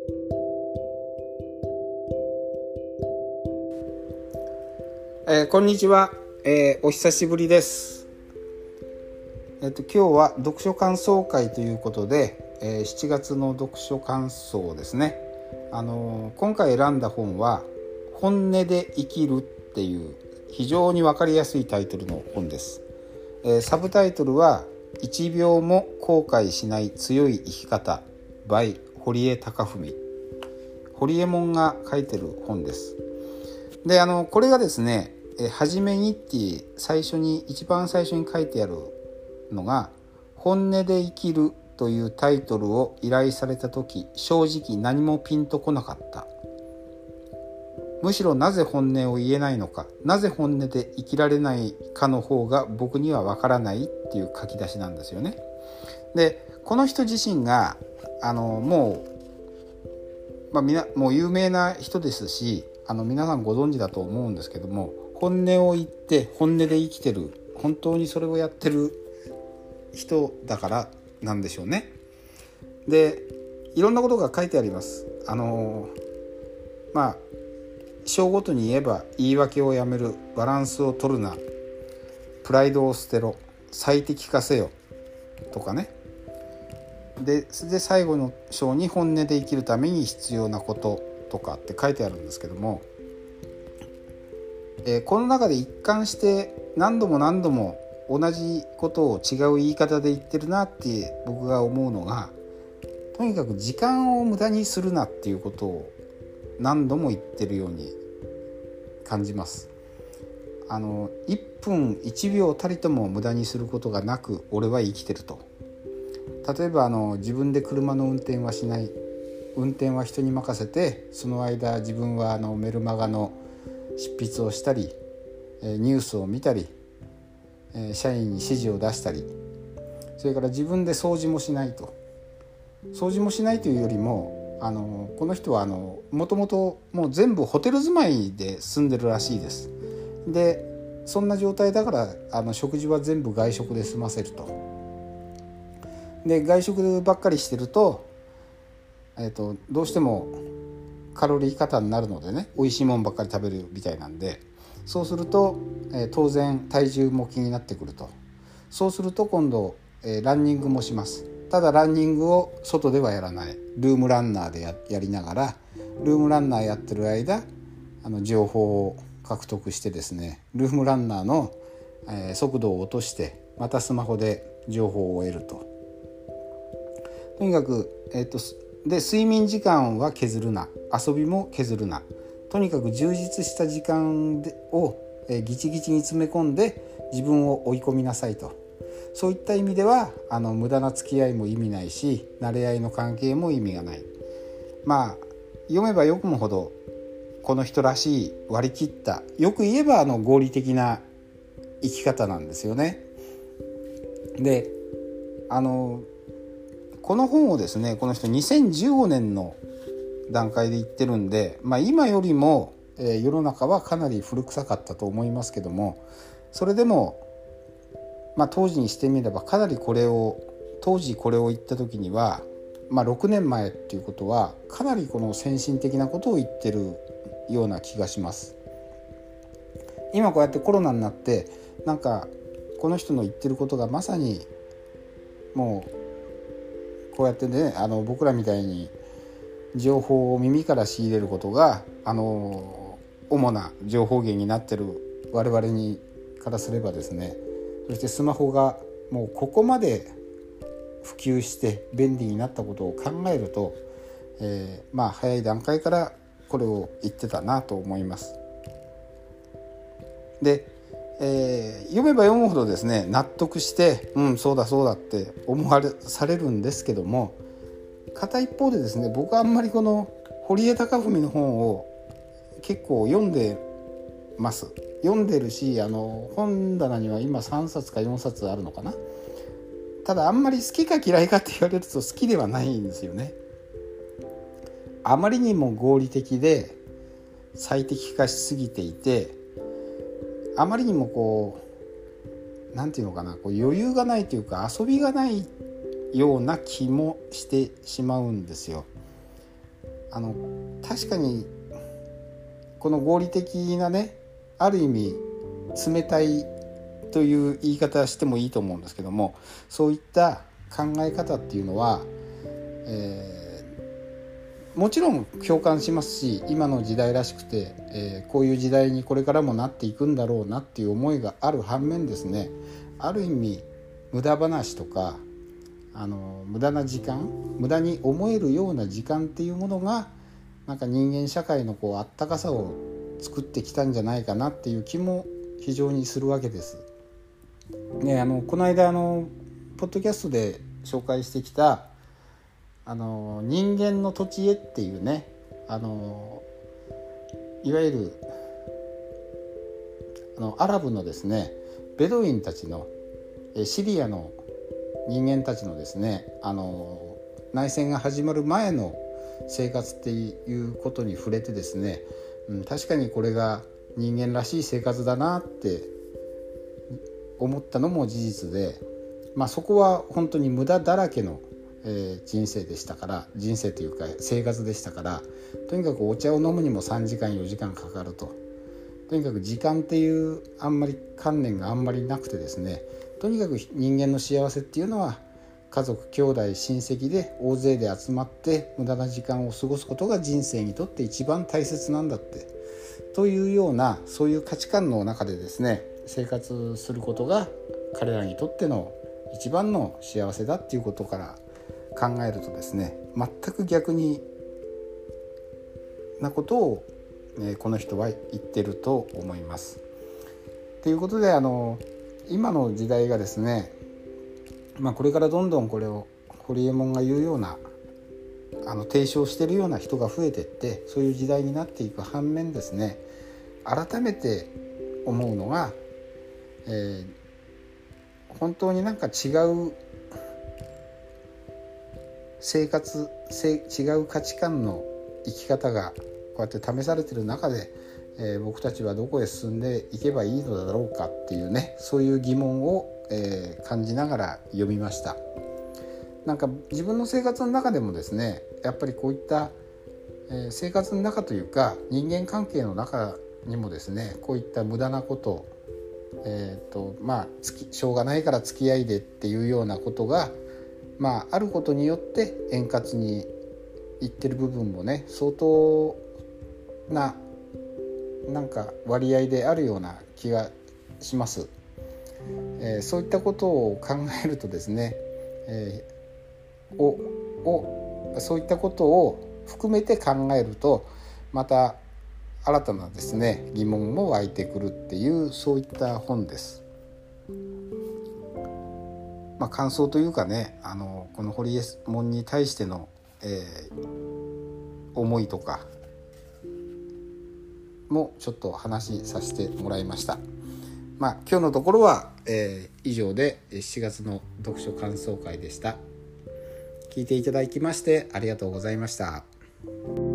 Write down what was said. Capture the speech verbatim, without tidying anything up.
えー、こんにちは、えー、お久しぶりです。えっと今日は読書感想会ということで、えー、しちがつの読書感想ですね。あのー、今回選んだ本は本音で生きるっていう非常に分かりやすいタイトルの本です。えー、サブタイトルはいちびょうも後悔しない強い生き方 by 堀江貴文、堀江門が書いてる本です。であのこれがですね、えはじめにって最初に一番最初に書いてあるのが本音で生きるというタイトルを依頼された時、正直何もピンとこなかった。むしろなぜ本音を言えないのか、なぜ本音で生きられないかの方が僕にはわからないっていう書き出しなんですよね。でこの人自身があのもう、まあ、みなもう有名な人ですし、あの皆さんご存知だと思うんですけども、本音を言って本音で生きてる、本当にそれをやってる人だからなんでしょうね。でいろんなことが書いてあります。あのまあ章ごとに言えば、言い訳をやめる、バランスを取るな、プライドを捨てろ、最適化せよとかね。で、で最後の章に本音で生きるために必要なこととかって書いてあるんですけども、えー、この中で一貫して何度も何度も同じことを違う言い方で言ってるなって僕が思うのが、とにかく時間を無駄にするなっていうことを何度も言ってるように感じます。あのいっぷんいちびょうたりとも無駄にすることがなく俺は生きてると。例えばあの自分で車の運転はしない、運転は人に任せて、その間自分はあのメルマガの執筆をしたり、ニュースを見たり、社員に指示を出したり、それから自分で掃除もしないと。掃除もしないというよりも、あのこの人はあのもともともう全部ホテル住まいで住んでるらしいです。でそんな状態だからあの食事は全部外食で済ませると。で外食ばっかりしてると、えーと、どうしてもカロリー過多になるのでね、美味しいもんばっかり食べるみたいなんで、そうすると、えー、当然体重も気になってくると。そうすると今度、えー、ランニングもします。ただランニングを外ではやらない、ルームランナーで や, やりながらルームランナーやってる間、あの情報を獲得してですね、ルームランナーの、えー、速度を落としてまたスマホで情報を得ると。とにかく、えーと、で睡眠時間は削るな、遊びも削るな、とにかく充実した時間でを、えー、ギチギチに詰め込んで自分を追い込みなさいと。そういった意味ではあの無駄な付き合いも意味ないし、慣れ合いの関係も意味がない。まあ読めば読むほどこの人らしい割り切った、よく言えばあの合理的な生き方なんですよね。であのこの本をですね、この人にせんじゅうごねんの段階で言ってるんで、まあ、今よりも、えー、世の中はかなり古臭かったと思いますけども、それでもまあ、当時にしてみればかなりこれを当時これを言った時には、まあ、ろくねんまえっていうことはかなりこの先進的なことを言ってるような気がします。今こうやってコロナになってなんかこの人の言ってることがまさにもうこうやってね、あの僕らみたいに情報を耳から仕入れることがあの主な情報源になってる我々にからすればですね、そしてスマホがもうここまで普及して便利になったことを考えると、えー、まあ早い段階からこれを言ってたなと思います。で、えー、読めば読むほどですね、納得してうんそうだそうだって思われされるんですけども、片一方でですね、僕はあんまりこの堀江貴文の本を結構読んでます。読んでるし、あの本棚には今さんさつかよんさつあるのかな。ただあんまり好きか嫌いかって言われると好きではないんですよね。あまりにも合理的で最適化しすぎていて、あまりにもこうなんていうのかな、こう余裕がないというか遊びがないような気もしてしまうんですよ。 あの確かにこの合理的なね、ある意味冷たいという言い方してもいいと思うんですけども、そういった考え方っていうのは、えー、もちろん共感しますし、今の時代らしくて、えー、こういう時代にこれからもなっていくんだろうなっていう思いがある反面ですね、ある意味無駄話とかあの無駄な時間、無駄に思えるような時間っていうものがなんか人間社会のこうあったかさを作ってきたんじゃないかなっていう気も非常にするわけです。ね、あのこの間あのポッドキャストで紹介してきたあの人間の土地へっていうね、あのいわゆるあのアラブのですねベドウィンたちのシリアの人間たちのですね、あの内戦が始まる前の生活っていうことに触れてですね、うん、確かにこれが人間らしい生活だなって思ったのも事実で、まあ、そこは本当に無駄だらけの、えー、人生でしたから、人生というか生活でしたから、とにかくお茶を飲むにもさんじかんよじかんかかると、とにかく時間っていうあんまり観念があんまりなくてですね、とにかく人間の幸せっていうのは家族兄弟親戚で大勢で集まって無駄な時間を過ごすことが人生にとって一番大切なんだってというような、そういう価値観の中でですね生活することが彼らにとっての一番の幸せだっていうことから考えるとですね、全く逆になことを、ね、この人は言ってると思います。ということで、あの今の時代がですね、まあ、これからどんどんこれをホリエモンが言うようなあの提唱しているような人が増えていって、そういう時代になっていく反面ですね、改めて思うのが、えー、本当になんか違う生活、違う価値観の生き方がこうやって試されている中で、えー、僕たちはどこへ進んでいけばいいのだろうかっていうね、そういう疑問を、えー、感じながら読みました。なんか自分の生活の中でもですね、やっぱりこういった、えー、生活の中というか人間関係の中にもですね、こういった無駄なこと、えーとまあ、つきしょうがないから付き合いでっていうようなことが、まあ、あることによって円滑にいってる部分もね、相当ななんか割合であるような気がします。えー、そういったことを考えるとですね、えー、おおそういったことを含めて考えると、また新たなですね疑問も湧いてくるっていう、そういった本です。まあ、感想というかね、あのこのホリエモンに対しての、えー、思いとかもちょっと話しさせてもらいました。まあ、今日のところは、えー、以上でしちがつの読書感想会でした。聞いていただきましてありがとうございました。